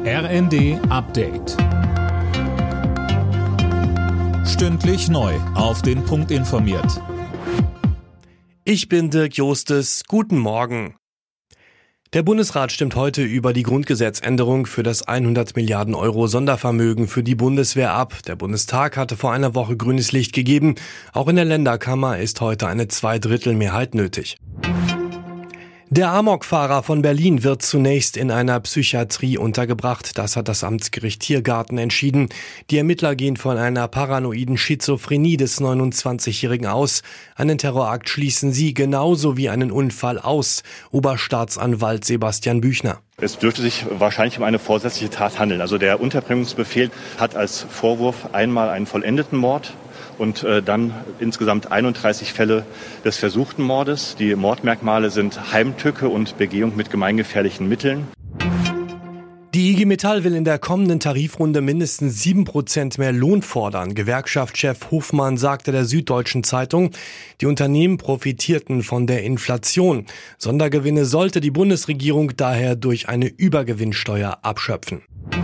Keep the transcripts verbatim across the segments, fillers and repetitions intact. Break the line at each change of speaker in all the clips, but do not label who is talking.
R N D Update. Stündlich neu auf den Punkt informiert.
Ich bin Dirk Jostes. Guten Morgen. Der Bundesrat stimmt heute über die Grundgesetzänderung für das hundert Milliarden Euro Sondervermögen für die Bundeswehr ab. Der Bundestag hatte vor einer Woche grünes Licht gegeben. Auch in der Länderkammer ist heute eine Zweidrittelmehrheit nötig. Der Amokfahrer von Berlin wird zunächst in einer Psychiatrie untergebracht. Das hat das Amtsgericht Tiergarten entschieden. Die Ermittler gehen von einer paranoiden Schizophrenie des neunundzwanzigjährigen aus. Einen Terrorakt schließen sie genauso wie einen Unfall aus. Oberstaatsanwalt Sebastian Büchner.
Es dürfte sich wahrscheinlich um eine vorsätzliche Tat handeln. Also der Unterbringungsbefehl hat als Vorwurf einmal einen vollendeten Mord und äh, dann insgesamt einunddreißig Fälle des versuchten Mordes. Die Mordmerkmale sind Heimtücke und Begehung mit gemeingefährlichen Mitteln.
Die I G Metall will in der kommenden Tarifrunde mindestens sieben Prozent mehr Lohn fordern. Gewerkschaftschef Hofmann sagte der Süddeutschen Zeitung, die Unternehmen profitierten von der Inflation. Sondergewinne sollte die Bundesregierung daher durch eine Übergewinnsteuer abschöpfen.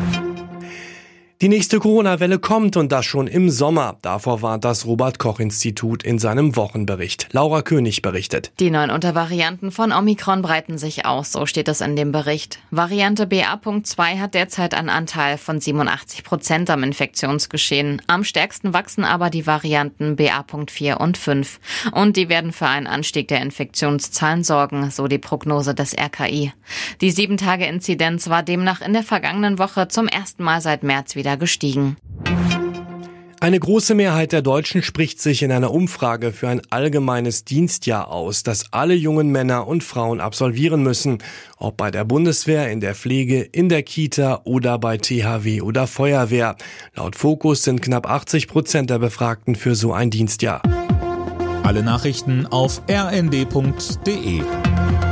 Die nächste Corona-Welle kommt und das schon im Sommer. Davor warnt das Robert-Koch-Institut in seinem Wochenbericht. Laura König berichtet.
Die neuen Untervarianten von Omikron breiten sich aus, so steht es in dem Bericht. Variante B A Punkt zwei hat derzeit einen Anteil von siebenundachtzig Prozent am Infektionsgeschehen. Am stärksten wachsen aber die Varianten B A Punkt vier und fünf. Und die werden für einen Anstieg der Infektionszahlen sorgen, so die Prognose des R K I. Die sieben Tage Inzidenz war demnach in der vergangenen Woche zum ersten Mal seit März wieder gestiegen.
Eine große Mehrheit der Deutschen spricht sich in einer Umfrage für ein allgemeines Dienstjahr aus, das alle jungen Männer und Frauen absolvieren müssen, ob bei der Bundeswehr, in der Pflege, in der Kita oder bei T H W oder Feuerwehr. Laut Focus sind knapp achtzig Prozent der Befragten für so ein Dienstjahr.
Alle Nachrichten auf r n d punkt d e.